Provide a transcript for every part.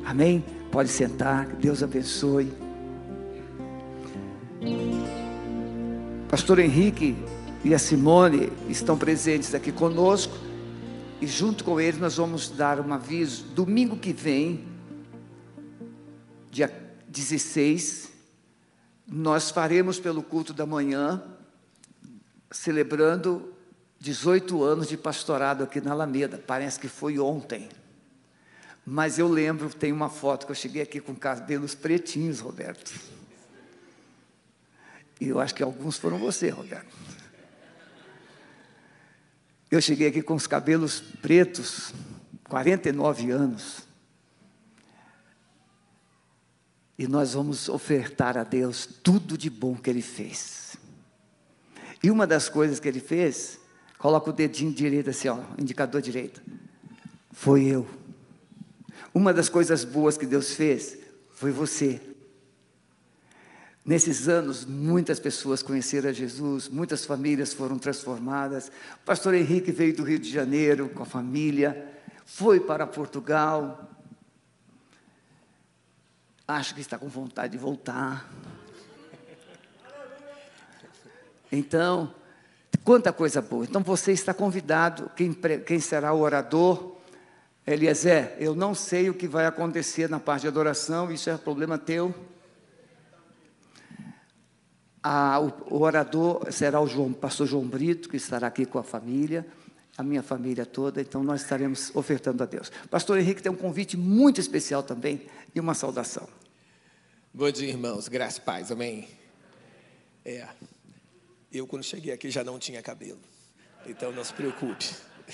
Amém? Pode sentar, que Deus abençoe. Pastor Henrique e a Simone estão presentes aqui conosco, e junto com eles nós vamos dar um aviso. Domingo que vem, dia 16, nós faremos pelo culto da manhã, celebrando 18 anos de pastorado aqui na Alameda. Parece que foi ontem, mas eu lembro, tem uma foto que eu cheguei aqui com cabelos pretinhos, Roberto, e eu acho que alguns foram você, Roberto. Eu cheguei aqui com os cabelos pretos, 49 anos, e nós vamos ofertar a Deus tudo de bom que Ele fez. E uma das coisas que Ele fez, coloca o dedinho direito assim, ó, indicador direito, foi eu. Uma das coisas boas que Deus fez, foi você. Nesses anos, muitas pessoas conheceram a Jesus, muitas famílias foram transformadas. O pastor Henrique veio do Rio de Janeiro com a família, foi para Portugal. Acho que está com vontade de voltar. Então, quanta coisa boa. Então você está convidado. Quem será o orador? Eliezer, eu não sei o que vai acontecer na parte de adoração, isso é problema teu. O orador será o pastor João Brito, que estará aqui com a família, a minha família toda, então nós estaremos ofertando a Deus. Pastor Henrique tem um convite muito especial também, e uma saudação. Bom dia, irmãos, graça e paz, amém? Eu quando cheguei aqui já não tinha cabelo, então não se preocupe.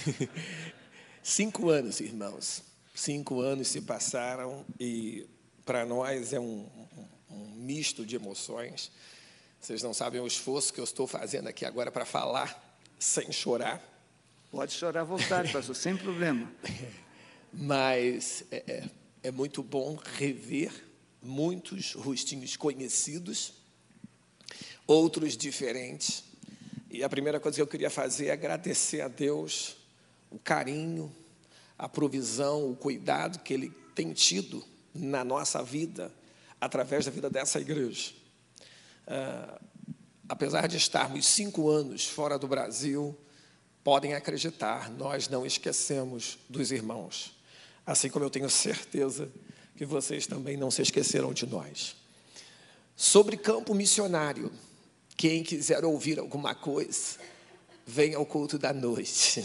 5 anos, irmãos, 5 anos se passaram, e para nós é um misto de emoções. Vocês não sabem o esforço que eu estou fazendo aqui agora para falar sem chorar. Pode chorar à vontade, pastor, sem problema. Mas é muito bom rever muitos rostinhos conhecidos, outros diferentes. E a primeira coisa que eu queria fazer é agradecer a Deus o carinho, a provisão, o cuidado que Ele tem tido na nossa vida, através da vida dessa igreja. Apesar de estarmos 5 anos fora do Brasil, podem acreditar, nós não esquecemos dos irmãos, assim como eu tenho certeza que vocês também não se esqueceram de nós. Sobre campo missionário, quem quiser ouvir alguma coisa, venha ao culto da noite.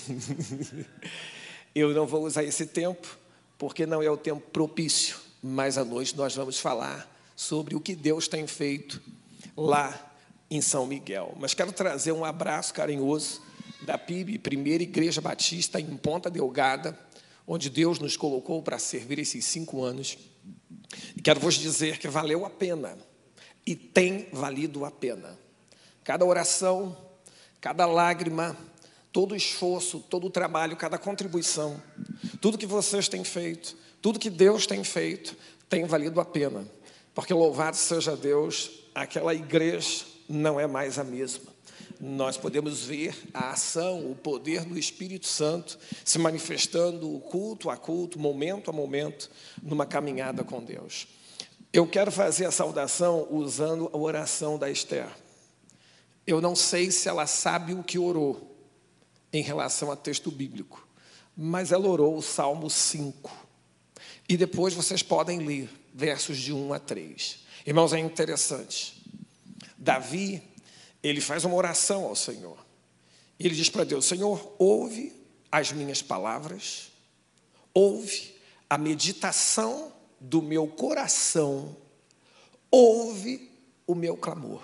Eu não vou usar esse tempo, porque não é o tempo propício, mas à noite nós vamos falar sobre o que Deus tem feito lá em São Miguel. Mas quero trazer um abraço carinhoso da PIB, Primeira Igreja Batista, em Ponta Delgada, onde Deus nos colocou para servir esses 5 anos. E quero vos dizer que valeu a pena, e tem valido a pena. Cada oração, cada lágrima, todo o esforço, todo o trabalho, cada contribuição, tudo que vocês têm feito, tudo que Deus tem feito, tem valido a pena. Porque louvado seja Deus, aquela igreja não é mais a mesma. Nós podemos ver a ação, o poder do Espírito Santo se manifestando culto a culto, momento a momento, numa caminhada com Deus. Eu quero fazer a saudação usando a oração da Esther. Eu não sei se ela sabe o que orou em relação a texto bíblico, mas ela orou o Salmo 5. E depois vocês podem ler versos de 1 a 3. Irmãos, é interessante. Davi, ele faz uma oração ao Senhor. Ele diz para Deus: Senhor, ouve as minhas palavras, ouve a meditação do meu coração, ouve o meu clamor.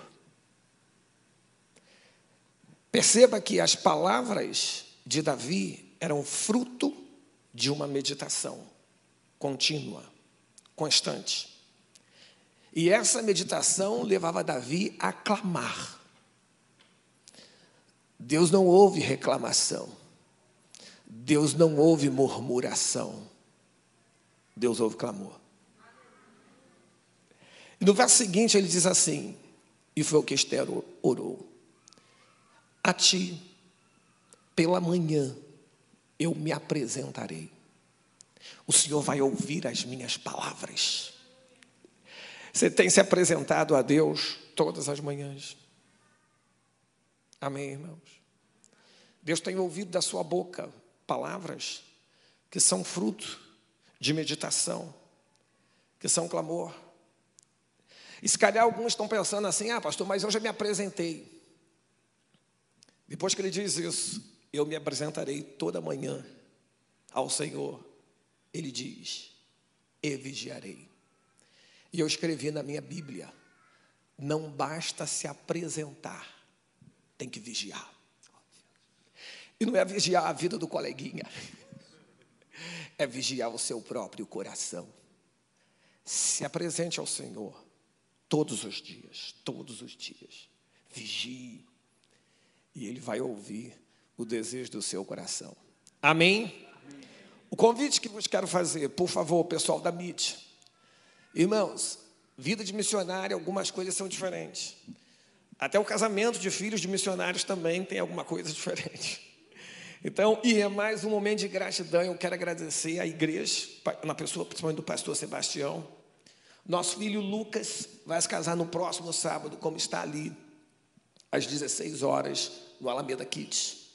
Perceba que as palavras de Davi eram fruto de uma meditação contínua, constante. E essa meditação levava Davi a clamar. Deus não ouve reclamação. Deus não ouve murmuração. Deus ouve clamor. E no verso seguinte ele diz assim, e foi o que Esther orou: a ti, pela manhã, eu me apresentarei. o Senhor vai ouvir as minhas palavras. Você tem se apresentado a Deus todas as manhãs? Amém, irmãos? Deus tem ouvido da sua boca palavras que são fruto de meditação, que são clamor. E se calhar alguns estão pensando assim: ah, pastor, mas eu já me apresentei. Depois que ele diz isso, eu me apresentarei toda manhã ao Senhor. Ele diz: e vigiarei. E eu escrevi na minha Bíblia: não basta se apresentar, tem que vigiar. E não é vigiar a vida do coleguinha, é vigiar o seu próprio coração. Se apresente ao Senhor todos os dias, vigie, e Ele vai ouvir o desejo do seu coração. Amém? O convite que vos quero fazer, por favor, pessoal da mídia. Irmãos, vida de missionário, algumas coisas são diferentes. Até o casamento de filhos de missionários também tem alguma coisa diferente. Então, e é mais um momento de gratidão. Eu quero agradecer à igreja, na pessoa principalmente do pastor Sebastião. Nosso filho Lucas vai se casar no próximo sábado, como está ali, às 16 horas, no Alameda Kids.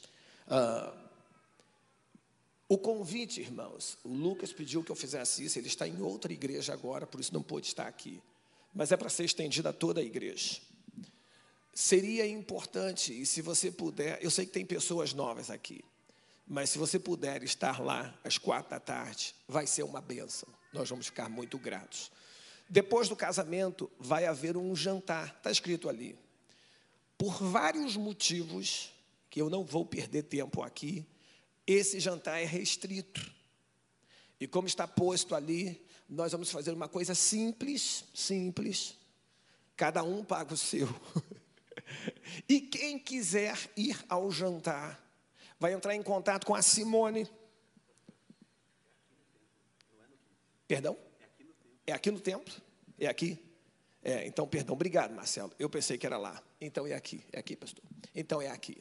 O convite, irmãos, o Lucas pediu que eu fizesse isso. Ele está em outra igreja agora, por isso não pôde estar aqui. Mas é para ser estendido a toda a igreja. Seria importante, e se você puder, eu sei que tem pessoas novas aqui, mas se você puder estar lá às 16h, vai ser uma bênção. Nós vamos ficar muito gratos. Depois do casamento, vai haver um jantar, está escrito ali. Por vários motivos, que eu não vou perder tempo aqui, esse jantar é restrito. E como está posto ali, nós vamos fazer uma coisa simples. Cada um paga o seu. E quem quiser ir ao jantar, vai entrar em contato com a Simone. Perdão? É aqui no templo? É aqui? Então, perdão, obrigado, Marcelo. Eu pensei que era lá. Então, é aqui, pastor. Então, é aqui.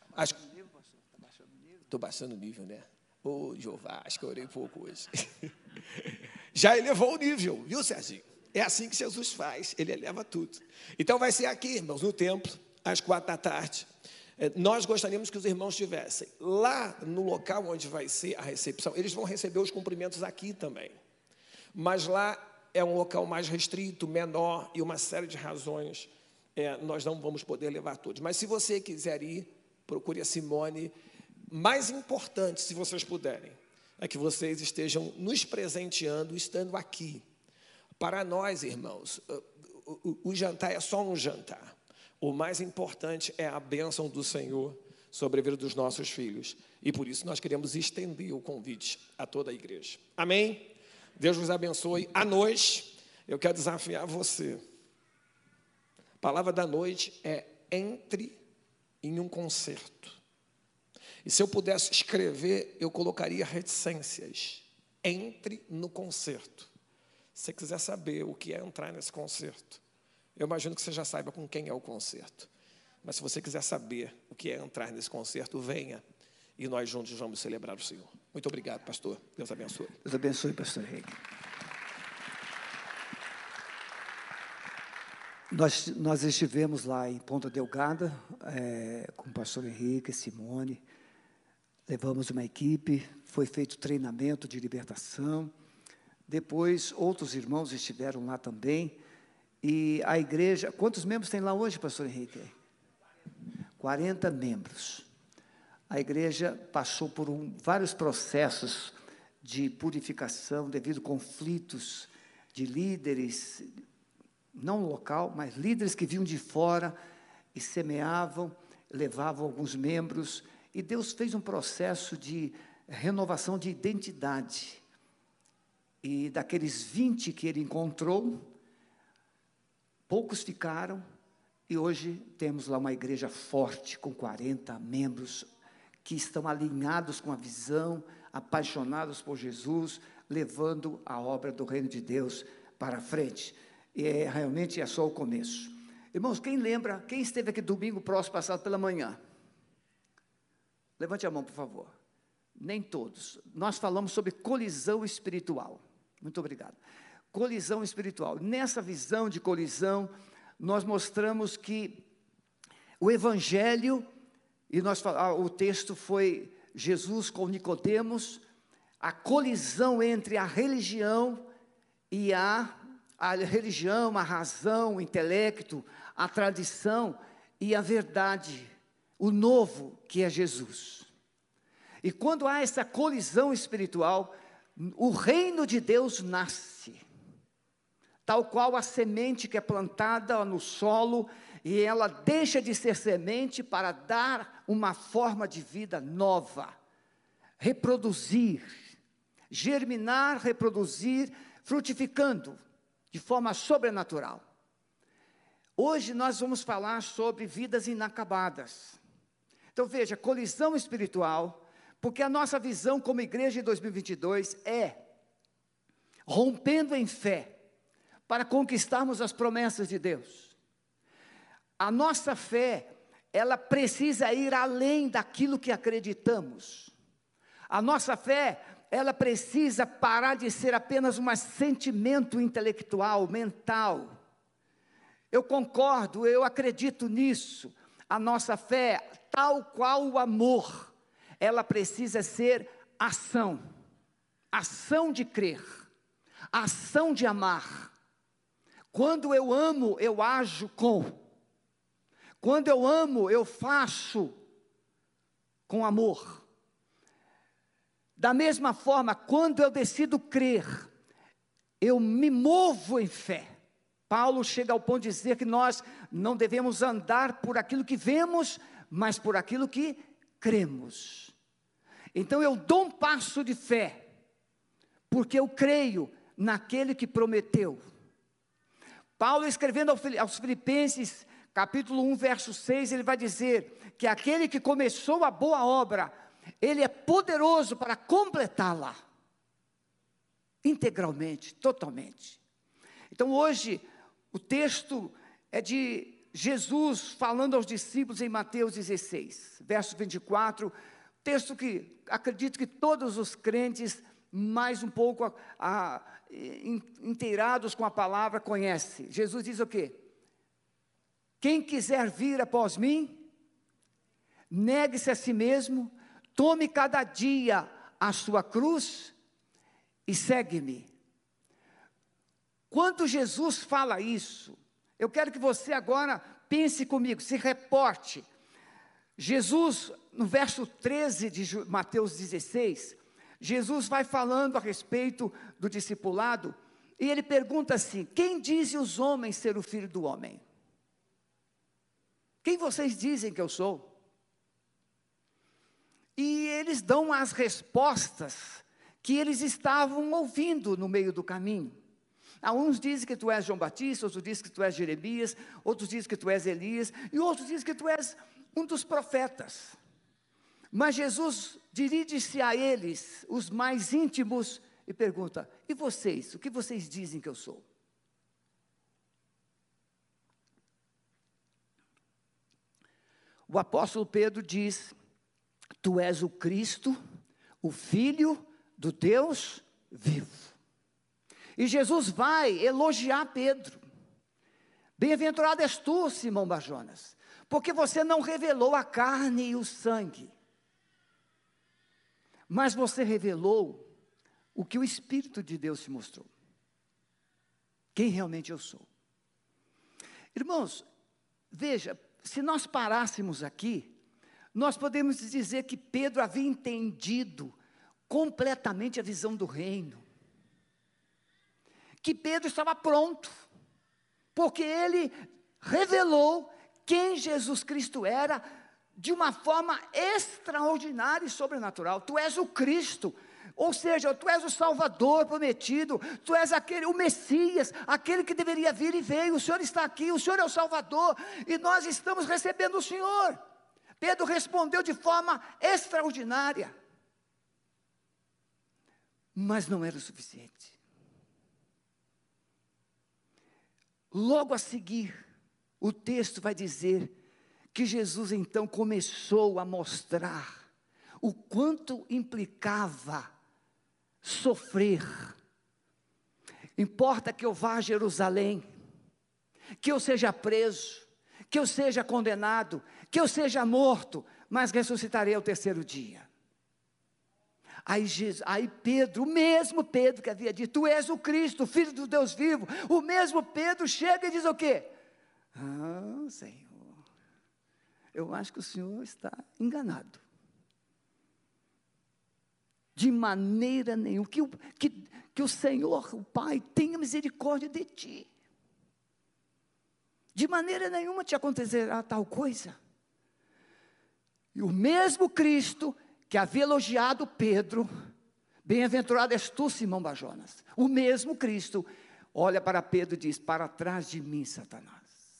Estou baixando o nível, né? Ô, Jeová, acho que eu orei pouco hoje. Já elevou o nível, viu, Serginho? É assim que Jesus faz, Ele eleva tudo. Então, vai ser aqui, irmãos, no templo, às 16h. Nós gostaríamos que os irmãos estivessem lá no local onde vai ser a recepção. Eles vão receber os cumprimentos aqui também. Mas lá é um local mais restrito, menor, e uma série de razões nós não vamos poder levar todos. Mas se você quiser ir, procure a Simone. Mais importante, se vocês puderem, é que vocês estejam nos presenteando, estando aqui. Para nós, irmãos, o jantar é só um jantar. O mais importante é a bênção do Senhor sobre a vida dos nossos filhos. E por isso nós queremos estender o convite a toda a igreja. Amém? Deus vos abençoe. À noite, eu quero desafiar você. A palavra da noite é: entre em um concerto. E se eu pudesse escrever, eu colocaria reticências. Entre no concerto. Se você quiser saber o que é entrar nesse concerto, eu imagino que você já saiba com quem é o concerto. Mas se você quiser saber o que é entrar nesse concerto, venha. E nós juntos vamos celebrar o Senhor. Muito obrigado, pastor. Deus abençoe. Deus abençoe, pastor Henrique. Nós estivemos lá em Ponta Delgada, com o pastor Henrique, Simone. Levamos uma equipe, foi feito treinamento de libertação. Depois, outros irmãos estiveram lá também. E a igreja... Quantos membros tem lá hoje, pastor Henrique? 40 membros. A igreja passou por vários processos de purificação devido a conflitos de líderes, não local, mas líderes que vinham de fora e semeavam, levavam alguns membros. E Deus fez um processo de renovação de identidade. E daqueles 20 que ele encontrou, poucos ficaram, e hoje temos lá uma igreja forte, com 40 membros, que estão alinhados com a visão, apaixonados por Jesus, levando a obra do reino de Deus para frente. E realmente é só o começo. Irmãos, quem lembra, quem esteve aqui domingo próximo passado pela manhã? Levante a mão, por favor. Nem todos. Nós falamos sobre colisão espiritual. Muito obrigado. Colisão espiritual. Nessa visão de colisão, nós mostramos que o Evangelho, e o texto foi Jesus com Nicodemos, a colisão entre a religião e a religião, a razão, o intelecto, a tradição e a verdade, o novo que é Jesus. E quando há essa colisão espiritual, o reino de Deus nasce, tal qual a semente que é plantada no solo, e ela deixa de ser semente para dar uma forma de vida nova, reproduzir, germinar, reproduzir, frutificando, de forma sobrenatural. Hoje nós vamos falar sobre vidas inacabadas. Então veja, colisão espiritual, porque a nossa visão como igreja em 2022 é rompendo em fé, para conquistarmos as promessas de Deus. A nossa fé, ela precisa ir além daquilo que acreditamos. A nossa fé, ela precisa parar de ser apenas um sentimento intelectual, mental. Eu concordo, eu acredito nisso. A nossa fé, tal qual o amor, ela precisa ser ação. Ação de crer. Ação de amar. Quando eu amo, eu ajo com. Quando eu amo, eu faço com amor. Da mesma forma, quando eu decido crer, eu me movo em fé. Paulo chega ao ponto de dizer que nós não devemos andar por aquilo que vemos, mas por aquilo que cremos. Então eu dou um passo de fé, porque eu creio naquele que prometeu. Paulo, escrevendo aos Filipenses, capítulo 1, verso 6, ele vai dizer que aquele que começou a boa obra, ele é poderoso para completá-la, integralmente, totalmente. Então hoje, o texto é de Jesus falando aos discípulos em Mateus 16, verso 24, texto que acredito que todos os crentes mais um pouco inteirados com a palavra conhece. Jesus diz o quê? Quem quiser vir após mim, negue-se a si mesmo, tome cada dia a sua cruz e segue-me. Quando Jesus fala isso, eu quero que você agora pense comigo, se reporte. Jesus, no verso 13 de Mateus 16, Jesus vai falando a respeito do discipulado, e ele pergunta assim: quem dizem os homens ser o filho do homem? Quem vocês dizem que eu sou? E eles dão as respostas que eles estavam ouvindo no meio do caminho. Uns dizem que tu és João Batista, outros dizem que tu és Jeremias, outros dizem que tu és Elias, e outros dizem que tu és um dos profetas. Mas Jesus dirige-se a eles, os mais íntimos, e pergunta: e vocês, o que vocês dizem que eu sou? O apóstolo Pedro diz: tu és o Cristo, o Filho do Deus vivo. E Jesus vai elogiar Pedro. Bem-aventurado és tu, Simão Barjonas, porque você não revelou a carne e o sangue, mas você revelou o que o Espírito de Deus te mostrou. Quem realmente eu sou. Irmãos, veja, se nós parássemos aqui, nós podemos dizer que Pedro havia entendido completamente a visão do reino. Que Pedro estava pronto, porque ele revelou quem Jesus Cristo era de uma forma extraordinária e sobrenatural. Tu és o Cristo, ou seja, tu és o Salvador prometido, tu és o Messias, aquele que deveria vir e veio. O Senhor está aqui, o Senhor é o Salvador, e nós estamos recebendo o Senhor. Pedro respondeu de forma extraordinária, mas não era o suficiente. Logo a seguir, o texto vai dizer que Jesus então começou a mostrar o quanto implicava sofrer. Importa que eu vá a Jerusalém, que eu seja preso, que eu seja condenado, que eu seja morto, mas ressuscitarei ao terceiro dia. Aí Pedro, o mesmo Pedro que havia dito, tu és o Cristo, o Filho do Deus vivo, o mesmo Pedro chega e diz o quê? Ah, Senhor, eu acho que o Senhor está enganado. De maneira nenhuma, que o Senhor, o Pai, tenha misericórdia de ti. De maneira nenhuma te acontecerá tal coisa. E o mesmo Cristo que havia elogiado Pedro, bem-aventurado és tu, Simão Barjonas. O mesmo Cristo olha para Pedro e diz, para trás de mim, Satanás.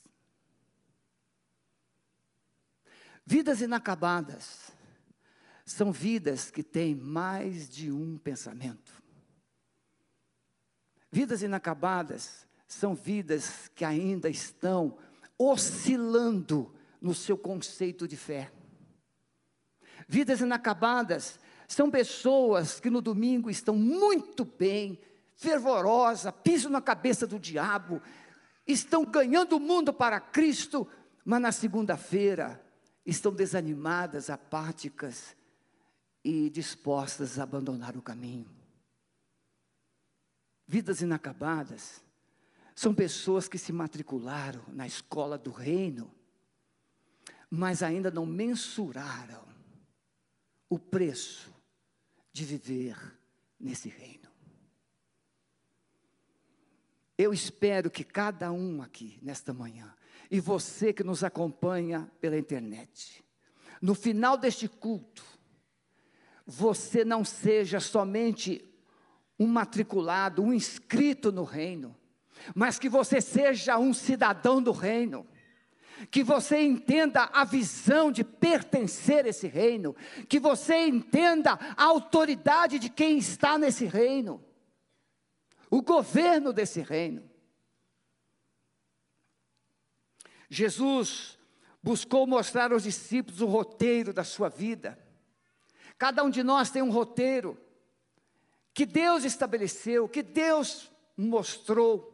Vidas inacabadas são vidas que têm mais de um pensamento. Vidas inacabadas são vidas que ainda estão oscilando no seu conceito de fé. Vidas inacabadas são pessoas que no domingo estão muito bem, fervorosa, pisam na cabeça do diabo, estão ganhando o mundo para Cristo, mas na segunda-feira estão desanimadas, apáticas e dispostas a abandonar o caminho. Vidas inacabadas são pessoas que se matricularam na escola do reino, mas ainda não mensuraram o preço de viver nesse reino. Eu espero que cada um aqui, nesta manhã, e você que nos acompanha pela internet, no final deste culto, você não seja somente um matriculado, um inscrito no reino, mas que você seja um cidadão do reino, que você entenda a visão de pertencer a esse reino, que você entenda a autoridade de quem está nesse reino, o governo desse reino. Jesus buscou mostrar aos discípulos o roteiro da sua vida. Cada um de nós tem um roteiro que Deus estabeleceu, que Deus mostrou.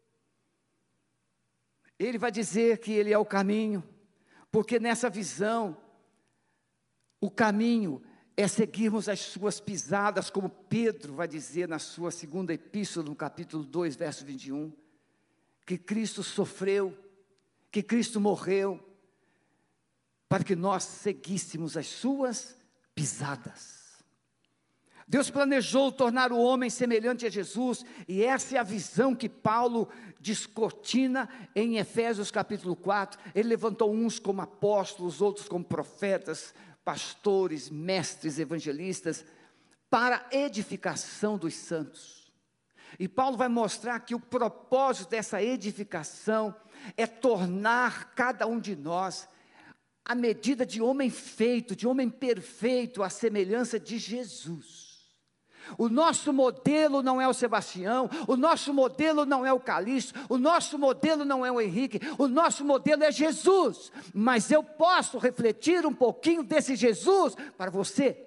Ele vai dizer que Ele é o caminho, porque nessa visão, o caminho é seguirmos as suas pisadas, como Pedro vai dizer na sua segunda epístola, no capítulo 2, verso 21, que Cristo sofreu, que Cristo morreu, para que nós seguíssemos as suas pisadas. Deus planejou tornar o homem semelhante a Jesus, e essa é a visão que Paulo descortina em Efésios capítulo 4, ele levantou uns como apóstolos, outros como profetas, pastores, mestres, evangelistas, para a edificação dos santos. E Paulo vai mostrar que o propósito dessa edificação é tornar cada um de nós a medida de homem feito, de homem perfeito, à semelhança de Jesus. O nosso modelo não é o Sebastião, o nosso modelo não é o Calixto, o nosso modelo não é o Henrique, o nosso modelo é Jesus, mas eu posso refletir um pouquinho desse Jesus para você.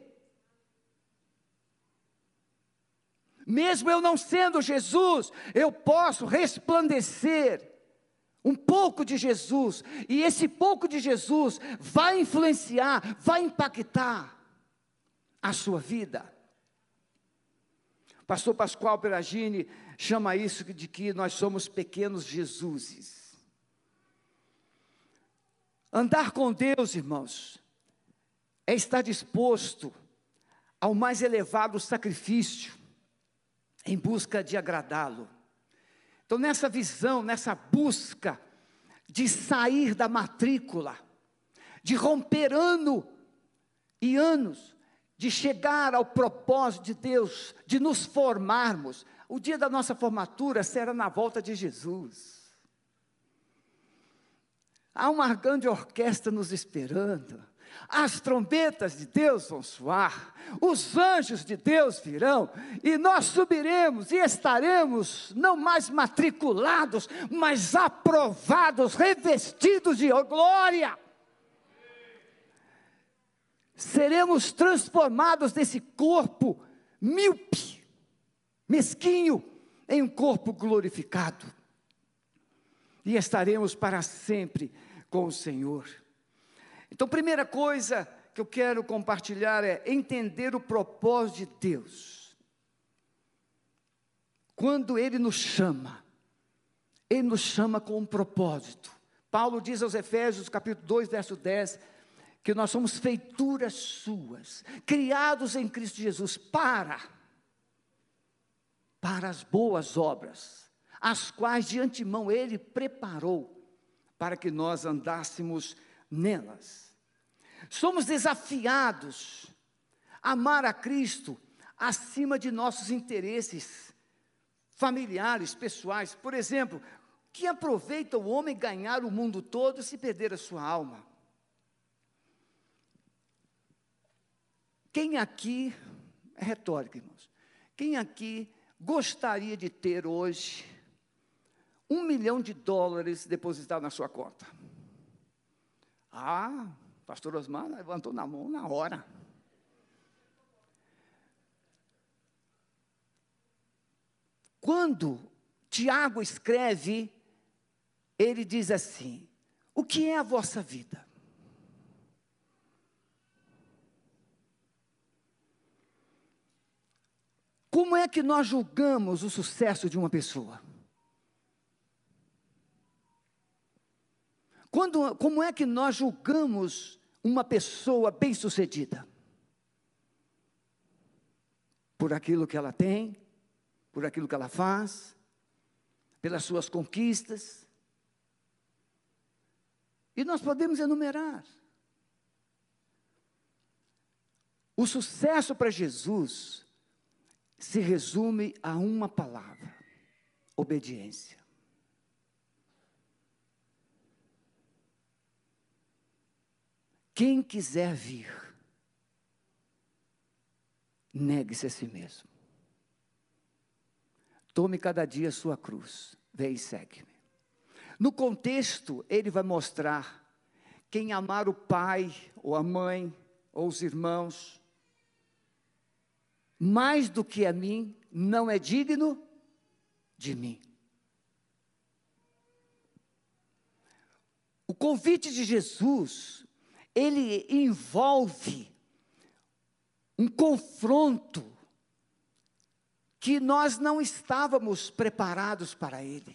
Mesmo eu não sendo Jesus, eu posso resplandecer um pouco de Jesus, e esse pouco de Jesus vai influenciar, vai impactar a sua vida. Pastor Pascoal Peragini chama isso de que nós somos pequenos Jesuses. Andar com Deus, irmãos, é estar disposto ao mais elevado sacrifício, em busca de agradá-lo. Então, nessa visão, nessa busca de sair da matrícula, de romper ano e anos, de chegar ao propósito de Deus, de nos formarmos. O dia da nossa formatura será na volta de Jesus. Há uma grande orquestra nos esperando. As trombetas de Deus vão soar, os anjos de Deus virão, e nós subiremos e estaremos não mais matriculados, mas aprovados, revestidos de glória. seremos transformados desse corpo míope, mesquinho, em um corpo glorificado. E estaremos para sempre com o Senhor. Então, primeira coisa que eu quero compartilhar é entender o propósito de Deus. Quando Ele nos chama com um propósito. Paulo diz aos Efésios, capítulo 2, verso 10, que nós somos feituras suas, criados em Cristo Jesus para as boas obras, as quais de antemão Ele preparou para que nós andássemos nelas. Somos desafiados a amar a Cristo acima de nossos interesses familiares, pessoais. Por exemplo, que aproveita o homem ganhar o mundo todo se perder a sua alma? Quem aqui, é retórica, irmãos, quem aqui gostaria de ter hoje $1 milhão depositado na sua conta? Pastor Osmar levantou na mão na hora. Quando Tiago escreve, ele diz assim: o que é a vossa vida? Como é que nós julgamos o sucesso de uma pessoa? Como é que nós julgamos uma pessoa bem-sucedida? Por aquilo que ela tem, por aquilo que ela faz, pelas suas conquistas. E nós podemos enumerar. O sucesso para Jesus se resume a uma palavra: obediência. Quem quiser vir, negue-se a si mesmo. Tome cada dia a sua cruz, vem e segue-me. No contexto, ele vai mostrar: quem amar o pai, ou a mãe, ou os irmãos, mais do que a mim, não é digno de mim. O convite de Jesus, ele envolve um confronto que nós não estávamos preparados para ele.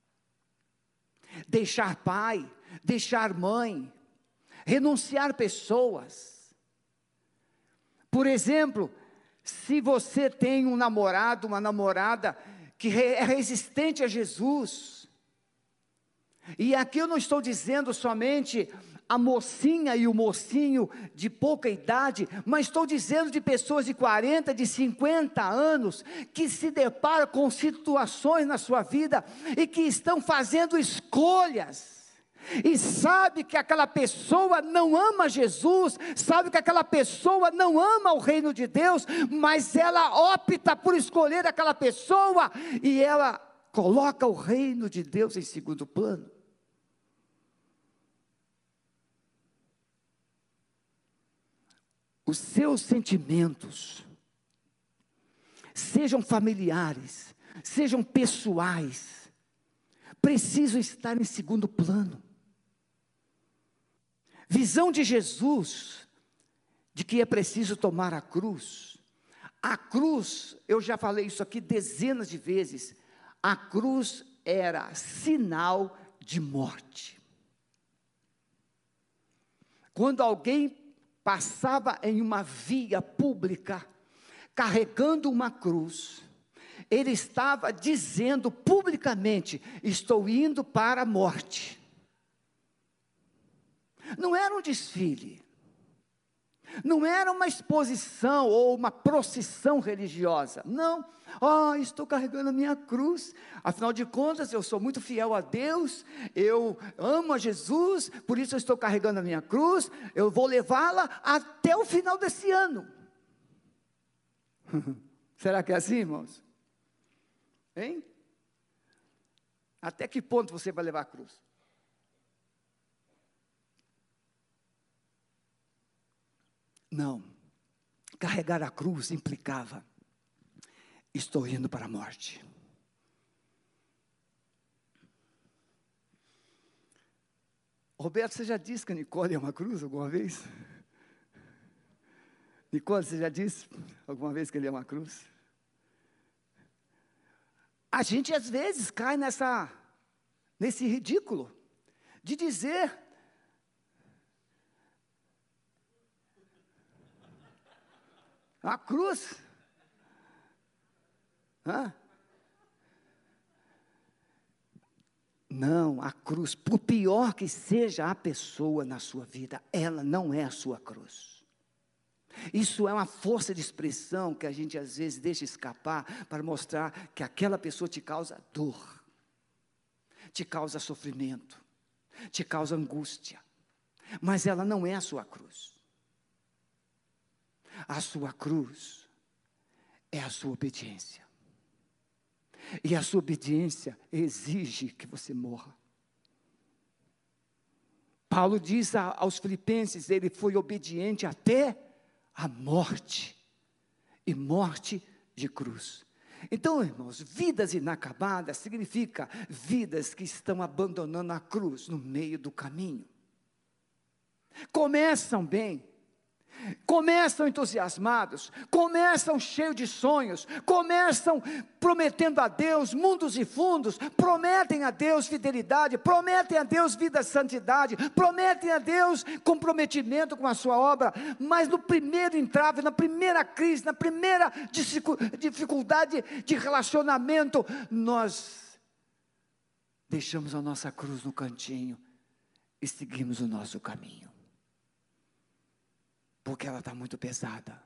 Deixar pai, deixar mãe, renunciar pessoas. Por exemplo, se você tem um namorado, uma namorada que é resistente a Jesus, e aqui eu não estou dizendo somente a mocinha e o mocinho de pouca idade, mas estou dizendo de pessoas de 40, de 50 anos, que se deparam com situações na sua vida, e que estão fazendo escolhas, e sabe que aquela pessoa não ama Jesus, sabe que aquela pessoa não ama o reino de Deus, mas ela opta por escolher aquela pessoa, e ela coloca o reino de Deus em segundo plano. Os seus sentimentos, sejam familiares, sejam pessoais, precisam estar em segundo plano. Visão de Jesus, de que é preciso tomar a cruz. A cruz, eu já falei isso aqui dezenas de vezes, a cruz era sinal de morte. Quando alguém passava em uma via pública, carregando uma cruz, ele estava dizendo publicamente: estou indo para a morte. Não era um desfile, não era uma exposição ou uma procissão religiosa, não. Estou carregando a minha cruz, afinal de contas eu sou muito fiel a Deus, eu amo a Jesus, por isso eu estou carregando a minha cruz, eu vou levá-la até o final desse ano. Será que é assim, irmãos? Hein? Até que ponto você vai levar a cruz? Não, carregar a cruz implicava: estou indo para a morte. Roberto, você já disse que a Nicole é uma cruz alguma vez? Nicole, você já disse alguma vez que ele é uma cruz? A gente às vezes cai nesse ridículo de dizer: a cruz. Hã? Não, a cruz, por pior que seja a pessoa na sua vida, ela não é a sua cruz. Isso é uma força de expressão que a gente às vezes deixa escapar para mostrar que aquela pessoa te causa dor, te causa sofrimento, te causa angústia, mas ela não é a sua cruz. A sua cruz é a sua obediência. E a sua obediência exige que você morra. Paulo diz aos Filipenses, ele foi obediente até a morte, e morte de cruz. Então, irmãos, vidas inacabadas significa vidas que estão abandonando a cruz no meio do caminho. Começam bem, começam entusiasmados, começam cheios de sonhos, começam prometendo a Deus mundos e fundos, prometem a Deus fidelidade, prometem a Deus vida de santidade, prometem a Deus comprometimento com a sua obra, mas no primeiro entrave, na primeira crise, na primeira dificuldade de relacionamento, nós deixamos a nossa cruz no cantinho e seguimos o nosso caminho. Porque ela está muito pesada.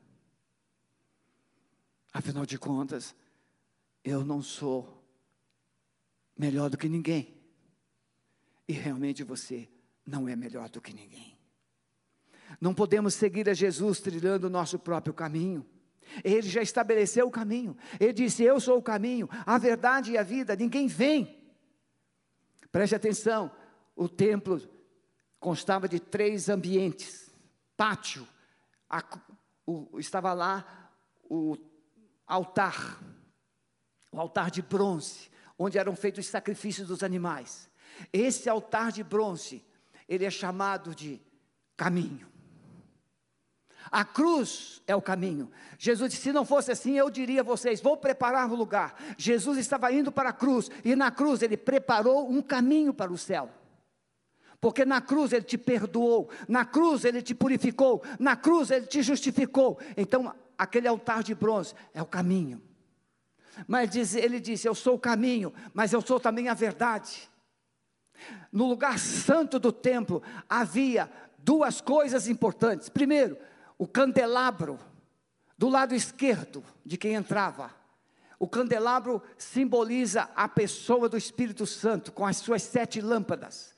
Afinal de contas, eu não sou melhor do que ninguém. E realmente você não é melhor do que ninguém. Não podemos seguir a Jesus trilhando o nosso próprio caminho. Ele já estabeleceu o caminho. Ele disse: eu sou o caminho, a verdade e a vida. Ninguém vem. Preste atenção, o templo constava de 3 ambientes. Pátio. Estava lá o altar de bronze, onde eram feitos os sacrifícios dos animais. Esse altar de bronze, ele é chamado de caminho. A cruz é o caminho. Jesus disse: se não fosse assim, eu diria a vocês, vou preparar um lugar. Jesus estava indo para a cruz, e na cruz ele preparou um caminho para o céu. Porque na cruz ele te perdoou, na cruz ele te purificou, na cruz ele te justificou. Então aquele altar de bronze é o caminho. Mas ele disse: eu sou o caminho, mas eu sou também a verdade. No lugar santo do templo havia 2 coisas importantes. Primeiro, o candelabro do lado esquerdo de quem entrava. O candelabro simboliza a pessoa do Espírito Santo com as suas 7 lâmpadas.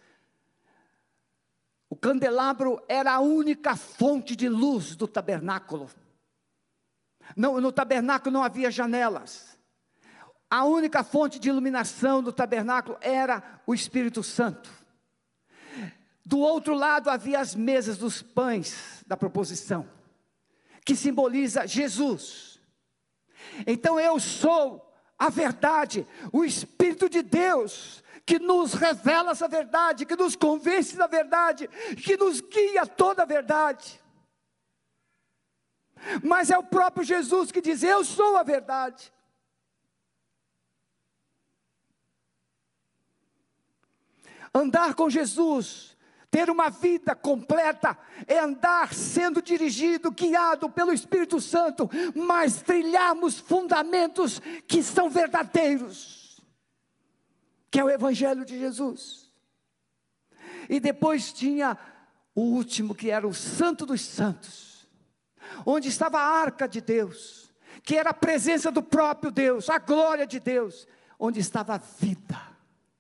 O candelabro era a única fonte de luz do tabernáculo. No tabernáculo não havia janelas. A única fonte de iluminação do tabernáculo era o Espírito Santo. Do outro lado havia as mesas dos pães da proposição, que simboliza Jesus. Então eu sou a verdade, o Espírito de Deus, que nos revela essa verdade, que nos convence da verdade, que nos guia a toda a verdade. Mas é o próprio Jesus que diz: eu sou a verdade. Andar com Jesus, ter uma vida completa, é andar sendo dirigido, guiado pelo Espírito Santo, mas trilharmos fundamentos que são verdadeiros, que é o Evangelho de Jesus. E depois tinha o último, que era o Santo dos Santos, onde estava a arca de Deus, que era a presença do próprio Deus, a glória de Deus, onde estava a vida.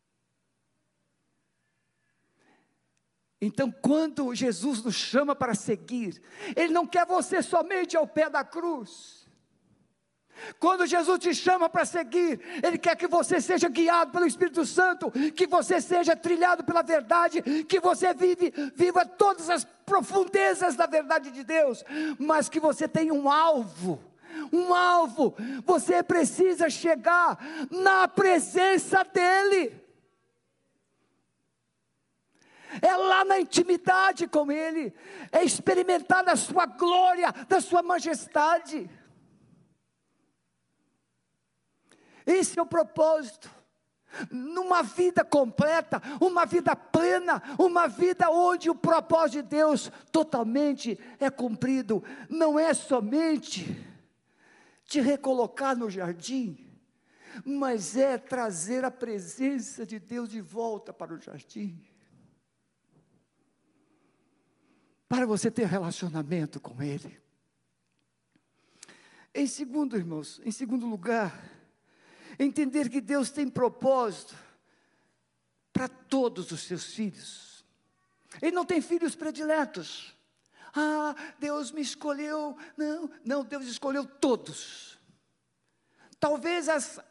Então, quando Jesus nos chama para seguir, Ele não quer você somente ao pé da cruz. Quando Jesus te chama para seguir, Ele quer que você seja guiado pelo Espírito Santo, que você seja trilhado pela verdade, que você viva todas as profundezas da verdade de Deus, mas que você tenha um alvo. Você precisa chegar na presença dEle. É lá na intimidade com Ele, é experimentar da sua glória, da sua majestade. Esse é o propósito, numa vida completa, uma vida plena, uma vida onde o propósito de Deus totalmente é cumprido. Não é somente te recolocar no jardim, mas é trazer a presença de Deus de volta para o jardim, para você ter relacionamento com Ele. Em segundo lugar, entender que Deus tem propósito para todos os seus filhos. Ele não tem filhos prediletos. Deus me escolheu. Não, Deus escolheu todos. Talvez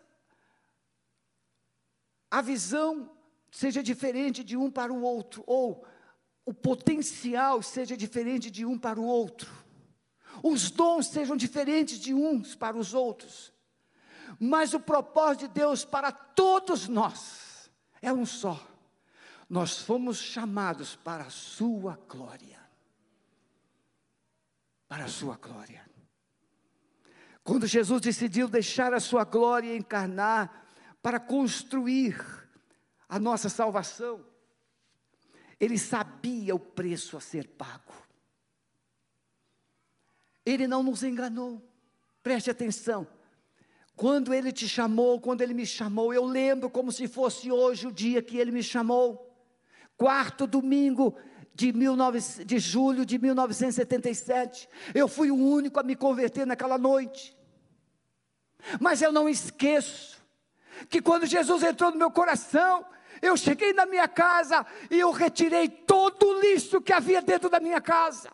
a visão seja diferente de um para o outro, ou o potencial seja diferente de um para o outro, os dons sejam diferentes de uns para os outros, mas o propósito de Deus para todos nós é um só. Nós fomos chamados para a sua glória. Para a sua glória. Quando Jesus decidiu deixar a sua glória e encarnar para construir a nossa salvação, Ele sabia o preço a ser pago. Ele não nos enganou. Preste atenção. Quando Ele te chamou, quando Ele me chamou, eu lembro como se fosse hoje o dia que Ele me chamou. 4º domingo de julho de 1977. Eu fui o único a me converter naquela noite. Mas eu não esqueço que quando Jesus entrou no meu coração, eu cheguei na minha casa e eu retirei todo o lixo que havia dentro da minha casa.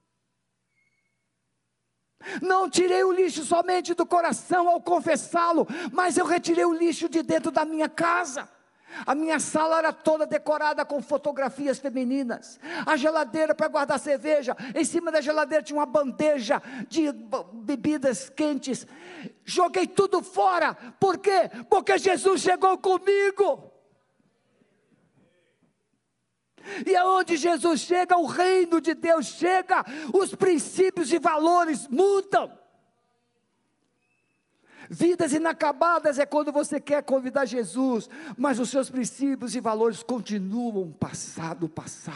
Não tirei o lixo somente do coração ao confessá-lo, mas eu retirei o lixo de dentro da minha casa. A minha sala era toda decorada com fotografias femininas. A geladeira para guardar cerveja, em cima da geladeira tinha uma bandeja de bebidas quentes. Joguei tudo fora. Por quê? Porque Jesus chegou comigo. E aonde Jesus chega, o reino de Deus chega, os princípios e valores mudam. Vidas inacabadas é quando você quer convidar Jesus, mas os seus princípios e valores continuam passado.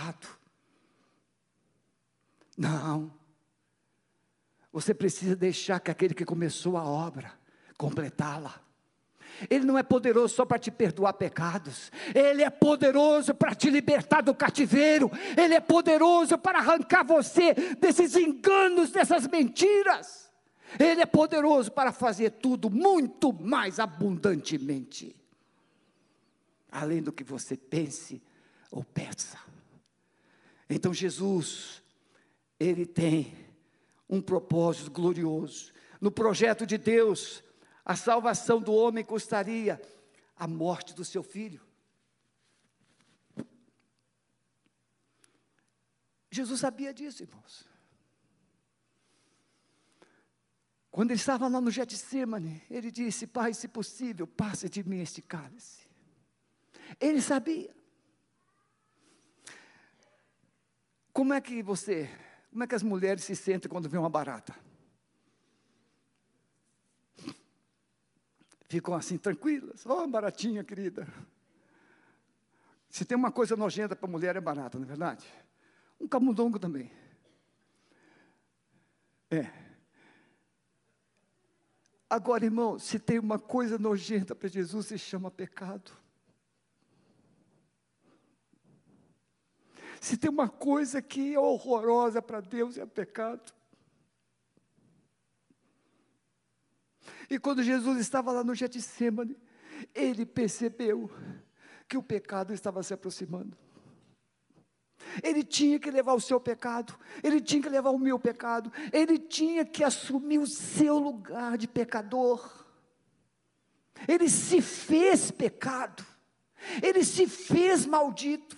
Não. Você precisa deixar que aquele que começou a obra, completá-la. Ele não é poderoso só para te perdoar pecados. Ele é poderoso para te libertar do cativeiro. Ele é poderoso para arrancar você desses enganos, dessas mentiras. Ele é poderoso para fazer tudo muito mais abundantemente, além do que você pense ou peça. Então Jesus, Ele tem um propósito glorioso. No projeto de Deus, a salvação do homem custaria a morte do seu filho. Jesus sabia disso, irmãos. Quando ele estava lá no Getsemane, ele disse: Pai, se possível, passe de mim este cálice. Ele sabia. Como é que as mulheres se sentem quando vê uma barata? Ficam assim, tranquilas. Baratinha, querida. Se tem uma coisa nojenta para a mulher, é barata, não é verdade? Um camundongo também. Agora, irmão, se tem uma coisa nojenta para Jesus, se chama pecado. Se tem uma coisa que é horrorosa para Deus, é o pecado. E quando Jesus estava lá no Getsemane, Ele percebeu que o pecado estava se aproximando. Ele tinha que levar o seu pecado, ele tinha que levar o meu pecado, ele tinha que assumir o seu lugar de pecador. Ele se fez pecado, ele se fez maldito.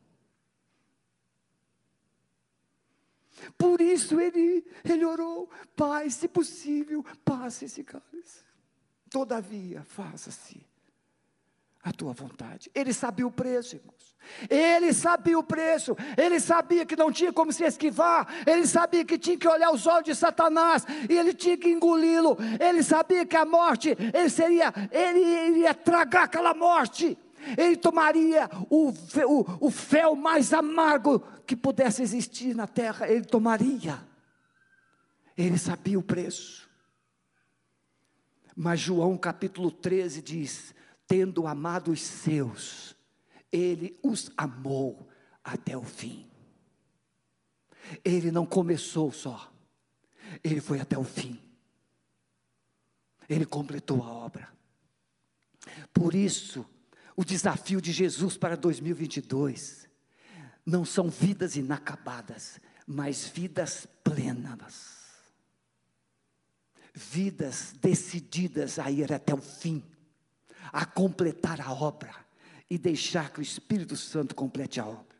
Por isso ele orou: Pai, se possível, passe esse cálice. Todavia, faça-se a tua vontade. Ele sabia o preço, irmãos. Ele sabia o preço. Ele sabia que não tinha como se esquivar. Ele sabia que tinha que olhar os olhos de Satanás e ele tinha que engoli-lo. Ele sabia que a morte, ele iria tragar aquela morte. Ele tomaria o fel mais amargo que pudesse existir na terra. Ele tomaria. Ele sabia o preço. Mas João capítulo 13 diz: tendo amado os seus, ele os amou até o fim. Ele não começou só, ele foi até o fim. Ele completou a obra. Por isso, o desafio de Jesus para 2022 não são vidas inacabadas, mas vidas plenas. Vidas decididas a ir até o fim, a completar a obra e deixar que o Espírito Santo complete a obra.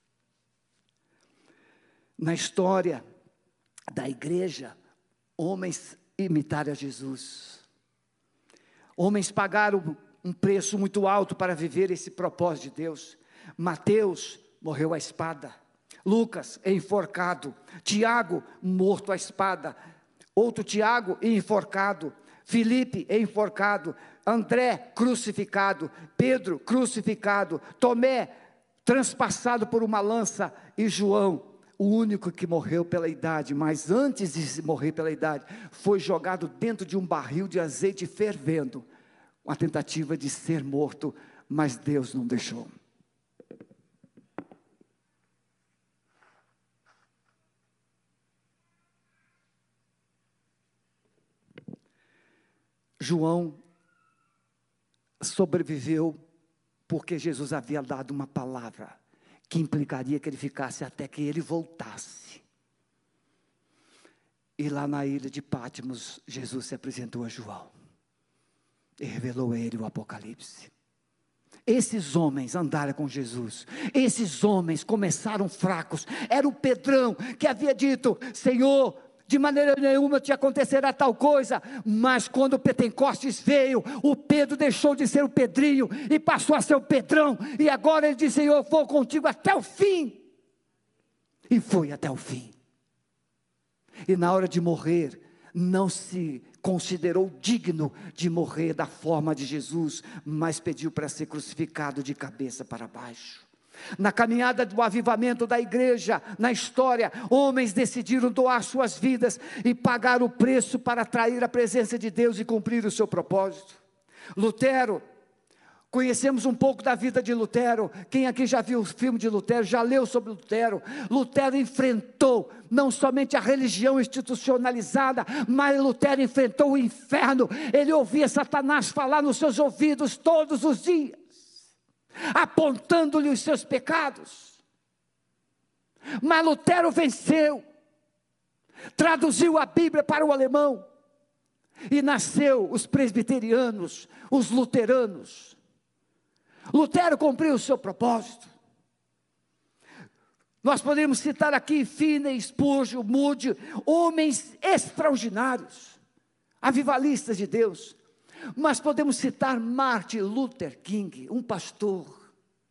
Na história da igreja, homens imitaram a Jesus. Homens pagaram um preço muito alto para viver esse propósito de Deus. Mateus morreu à espada, Lucas enforcado, Tiago morto à espada, outro Tiago enforcado, Filipe enforcado, André crucificado, Pedro crucificado, Tomé transpassado por uma lança e João, o único que morreu pela idade, mas antes de morrer pela idade, foi jogado dentro de um barril de azeite fervendo, uma tentativa de ser morto, mas Deus não deixou. João sobreviveu porque Jesus havia dado uma palavra que implicaria que ele ficasse até que ele voltasse. E lá na ilha de Patmos, Jesus se apresentou a João e revelou a ele o Apocalipse. Esses homens andaram com Jesus, esses homens começaram fracos. Era o Pedrão que havia dito: Senhor, de maneira nenhuma te acontecerá tal coisa. Mas quando o Pentecostes veio, o Pedro deixou de ser o Pedrinho e passou a ser o Pedrão, e agora ele diz: Senhor, eu vou contigo até o fim. E foi até o fim. E na hora de morrer, não se considerou digno de morrer da forma de Jesus, mas pediu para ser crucificado de cabeça para baixo. Na caminhada do avivamento da igreja, na história, homens decidiram doar suas vidas e pagar o preço para atrair a presença de Deus e cumprir o seu propósito. Lutero, conhecemos um pouco da vida de Lutero. Quem aqui já viu o filme de Lutero, já leu sobre Lutero? Lutero enfrentou não somente a religião institucionalizada, mas Lutero enfrentou o inferno. Ele ouvia Satanás falar nos seus ouvidos todos os dias, apontando-lhe os seus pecados. Mas Lutero venceu, traduziu a Bíblia para o alemão, e nasceu os presbiterianos, os luteranos. Lutero cumpriu o seu propósito. Nós podemos citar aqui Finney, Spurgeon, Moody, homens extraordinários, avivalistas de Deus. Mas podemos citar Martin Luther King, um pastor,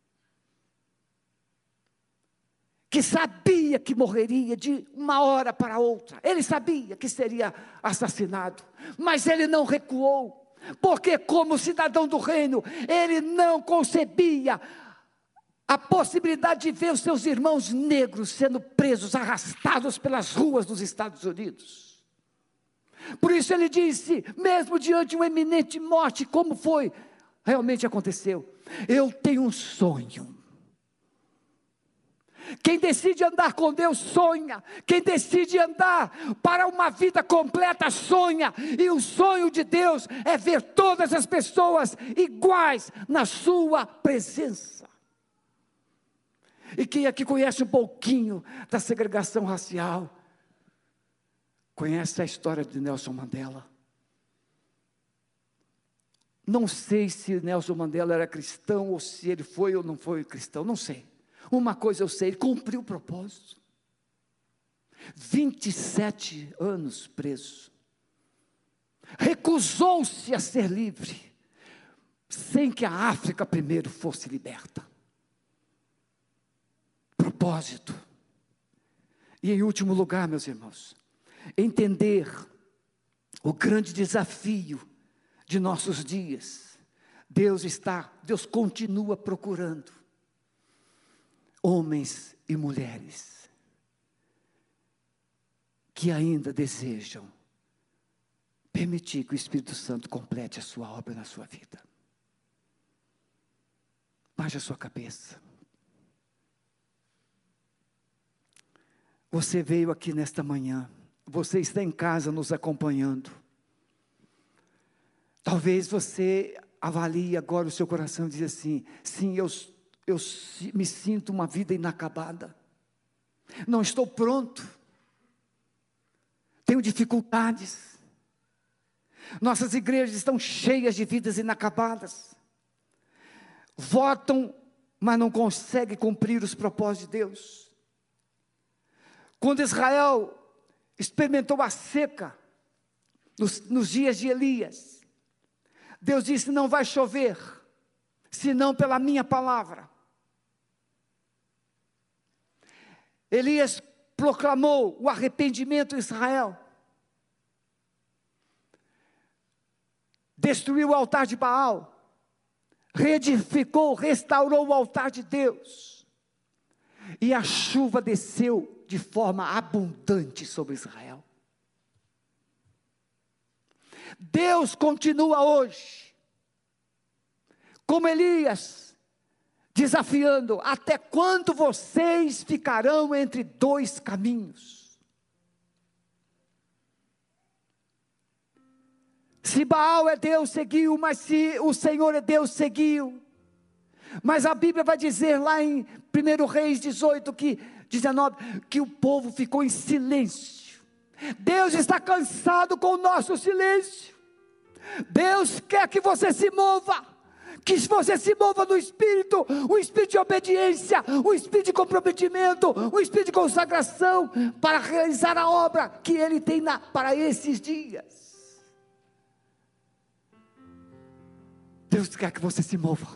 que sabia que morreria de uma hora para outra. Ele sabia que seria assassinado, mas ele não recuou, porque como cidadão do reino, ele não concebia a possibilidade de ver os seus irmãos negros sendo presos, arrastados pelas ruas dos Estados Unidos. Por isso ele disse, mesmo diante de uma iminente morte, como foi, realmente aconteceu: eu tenho um sonho. Quem decide andar com Deus sonha, quem decide andar para uma vida completa sonha, e o sonho de Deus é ver todas as pessoas iguais na sua presença. E quem aqui conhece um pouquinho da segregação racial, conhece a história de Nelson Mandela. Não sei se Nelson Mandela era cristão, ou se ele foi ou não foi cristão, não sei. Uma coisa eu sei, ele cumpriu o propósito. 27 anos preso. Recusou-se a ser livre, sem que a África primeiro fosse liberta. Propósito. E em último lugar, meus irmãos, entender o grande desafio de nossos dias. Deus continua procurando homens e mulheres que ainda desejam permitir que o Espírito Santo complete a sua obra na sua vida. Baixe a sua cabeça. Você veio aqui nesta manhã, você está em casa nos acompanhando. Talvez você avalie agora o seu coração e diz assim: sim, eu me sinto uma vida inacabada, não estou pronto, tenho dificuldades, nossas igrejas estão cheias de vidas inacabadas, votam, mas não conseguem cumprir os propósitos de Deus. Quando Israel experimentou a seca, nos dias de Elias, Deus disse: não vai chover, senão pela minha palavra. Elias proclamou o arrependimento em Israel, destruiu o altar de Baal, reedificou, restaurou o altar de Deus, e a chuva desceu de forma abundante sobre Israel. Deus continua hoje, como Elias, desafiando: até quando vocês ficarão entre dois caminhos? Se Baal é Deus, seguiu, mas se o Senhor é Deus, seguiu. Mas a Bíblia vai dizer lá em 1 Reis 19, que o povo ficou em silêncio. Deus está cansado com o nosso silêncio. Deus quer que você se mova, que você se mova no Espírito, o Espírito de obediência, o Espírito de comprometimento, o Espírito de consagração, para realizar a obra que Ele tem para esses dias. Deus quer que você se mova.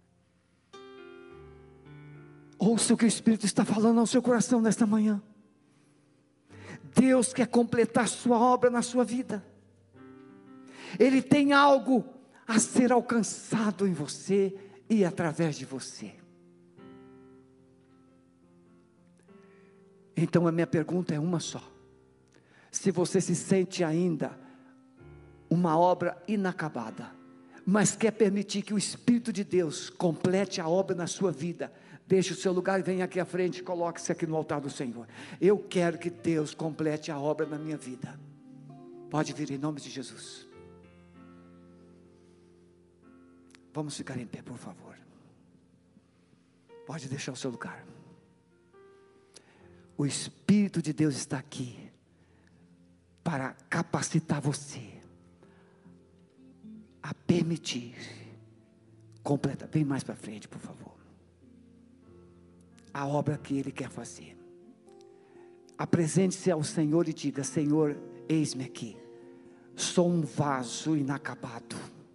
Ouça o que o Espírito está falando ao seu coração nesta manhã. Deus quer completar sua obra na sua vida. Ele tem algo a ser alcançado em você e através de você. Então a minha pergunta é uma só: se você se sente ainda uma obra inacabada, mas quer permitir que o Espírito de Deus complete a obra na sua vida, deixe o seu lugar e venha aqui à frente, coloque-se aqui no altar do Senhor. Eu quero que Deus complete a obra na minha vida. Pode vir em nome de Jesus. Vamos ficar em pé, por favor. Pode deixar o seu lugar. O Espírito de Deus está aqui para capacitar você a permitir completar. Vem mais para frente, por favor. A obra que Ele quer fazer. Apresente-se ao Senhor e diga: Senhor, eis-me aqui, sou um vaso inacabado.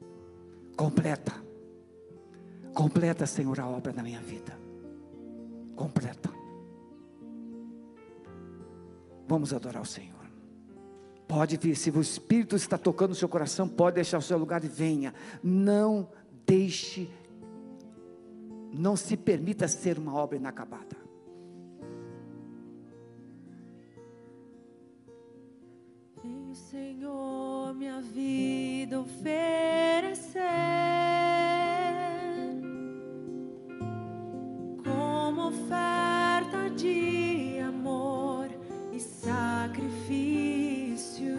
Completa, Senhor, a obra na minha vida. Completa. Vamos adorar o Senhor. Pode vir, se o Espírito está tocando no seu coração, pode deixar o seu lugar e venha. Não se permita ser uma obra inacabada. Venho, Senhor, minha vida oferecer como oferta de amor e sacrifício.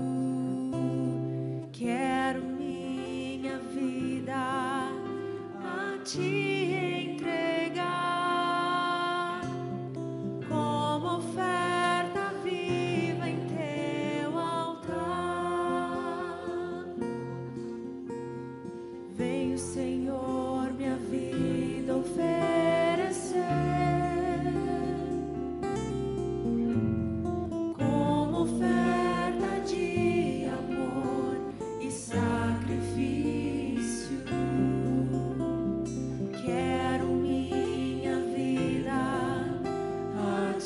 Quero minha vida a Ti entregar.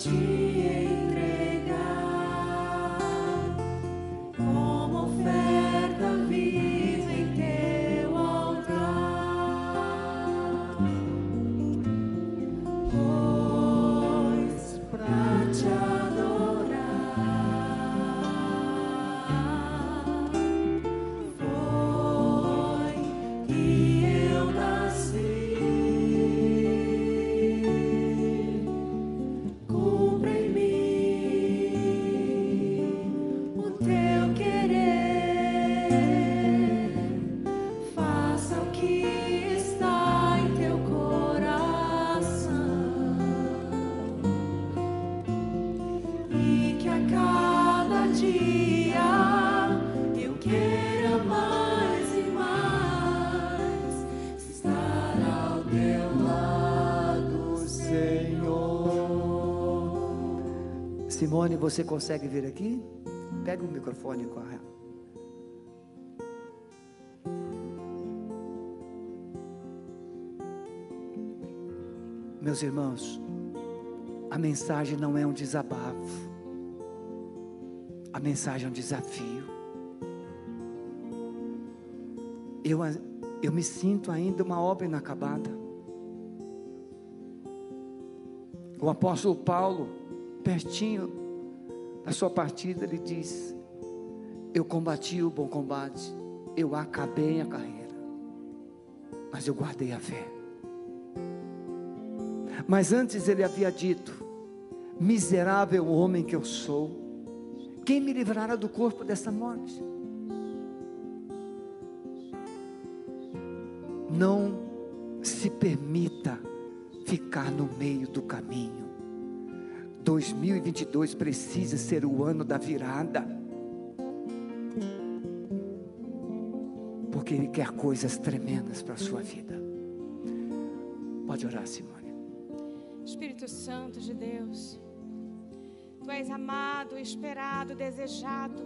te entregar como oferta viva em teu altar, pois pra te adorar foi que eu nasci. Cumpra em mim o teu querer, faça o que está em teu coração, e que a cada dia eu queira mais e mais estar ao teu lado, Senhor. Simone, você consegue vir aqui? Pega o microfone com a... Meus irmãos, a mensagem não é um desabafo. A mensagem é um desafio. Eu me sinto ainda uma obra inacabada. O apóstolo Paulo, pertinho da sua partida, ele diz: eu combati o bom combate, eu acabei a carreira, mas eu guardei a fé. Mas antes ele havia dito: miserável homem que eu sou, quem me livrará do corpo dessa morte? Não se permita ficar no meio do caminho. 2022 precisa ser o ano da virada, porque Ele quer coisas tremendas para a sua vida. Pode orar, Simone. Espírito Santo de Deus, Tu és amado, esperado, desejado,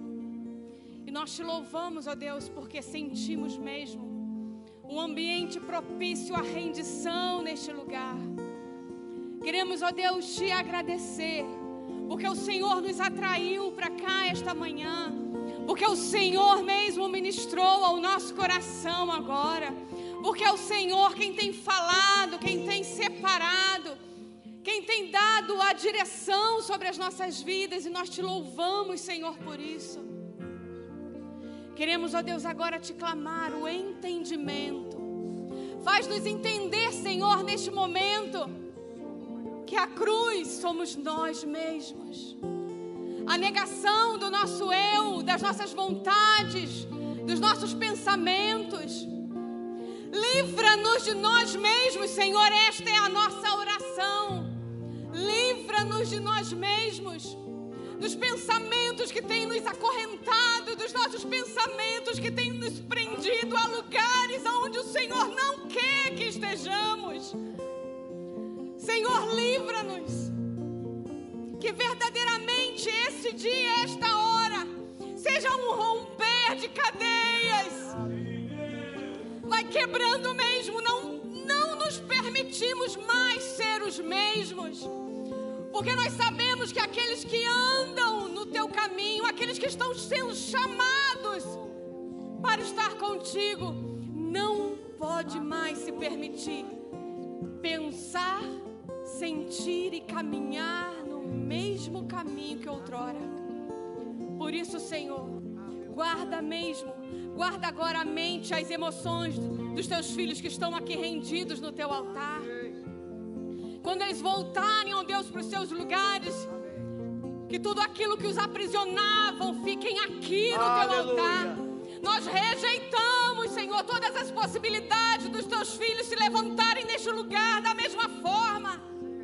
e nós Te louvamos, ó Deus, porque sentimos mesmo um ambiente propício à rendição neste lugar. Queremos, ó Deus, Te agradecer, porque o Senhor nos atraiu para cá esta manhã, porque o Senhor mesmo ministrou ao nosso coração agora, porque é o Senhor quem tem falado, quem tem separado, quem tem dado a direção sobre as nossas vidas, e nós Te louvamos, Senhor, por isso. Queremos, ó Deus, agora Te clamar o entendimento. Faz-nos entender, Senhor, neste momento, que a cruz somos nós mesmos. A negação do nosso eu, das nossas vontades, dos nossos pensamentos. Livra-nos de nós mesmos, Senhor, esta é a nossa oração. Livra-nos de nós mesmos, dos pensamentos que têm nos acorrentado, dos nossos pensamentos que têm nos prendido a lugares onde o Senhor não quer que estejamos. Senhor, livra-nos, que verdadeiramente esse dia, esta hora, seja um romper de cadeias. Vai quebrando mesmo, não nos permitimos mais ser os mesmos, porque nós sabemos que aqueles que andam no Teu caminho, aqueles que estão sendo chamados para estar contigo, não pode mais se permitir pensar, sentir e caminhar no mesmo caminho que outrora. Por isso, Senhor, guarda agora a mente, as emoções dos Teus filhos que estão aqui rendidos no Teu altar. Quando eles voltarem, ó Deus, para os seus lugares, que tudo aquilo que os aprisionavam fiquem aqui no Teu altar. Nós rejeitamos, Senhor, todas as possibilidades dos Teus filhos se levantarem neste lugar da mesma forma,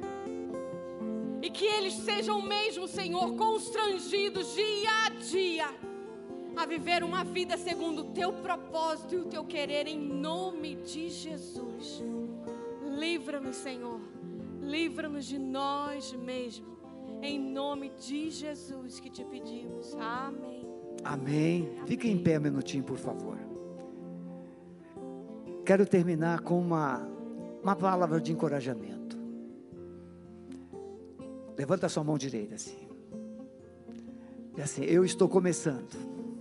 e que eles sejam mesmo, Senhor, constrangidos dia a dia a viver uma vida segundo o Teu propósito e o Teu querer, em nome de Jesus. Livra-nos, Senhor, livra-nos de nós mesmos, em nome de Jesus que Te pedimos. Amém. Amém. Fique em pé um minutinho, por favor. Quero terminar com uma palavra de encorajamento. Levanta a sua mão direita assim. E assim, eu estou começando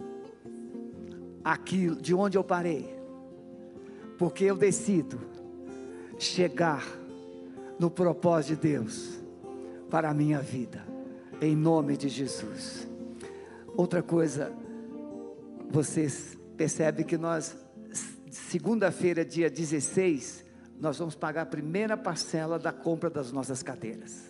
aquilo de onde eu parei, porque eu decido chegar no propósito de Deus para a minha vida, em nome de Jesus. Outra coisa, vocês percebem que nós, segunda-feira, dia 16, nós vamos pagar a primeira parcela da compra das nossas cadeiras.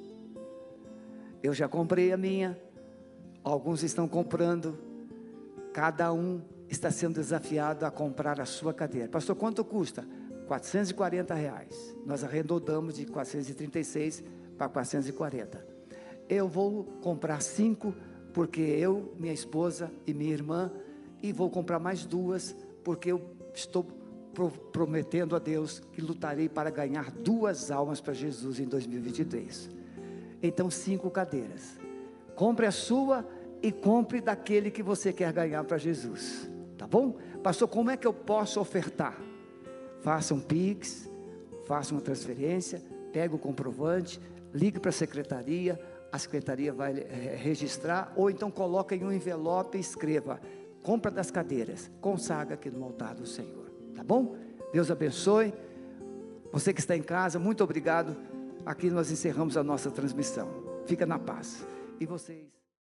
Eu já comprei a minha, alguns estão comprando, cada um está sendo desafiado a comprar a sua cadeira. Pastor, quanto custa? R$440. Nós arredondamos de 436 para 440. Eu vou comprar 5, porque eu, minha esposa e minha irmã, e vou comprar mais 2, porque eu estou prometendo a Deus que lutarei para ganhar 2 almas para Jesus em 2023. Então 5 cadeiras. Compre a sua e compre daquele que você quer ganhar para Jesus, tá bom? Pastor, como é que eu posso ofertar? Faça um Pix, faça uma transferência, pega o comprovante, ligue para a secretaria vai registrar, ou então coloca em um envelope e escreva: compra das cadeiras, consagra aqui no altar do Senhor, tá bom? Deus abençoe. Você que está em casa, muito obrigado. Aqui nós encerramos a nossa transmissão. Fica na paz. E vocês...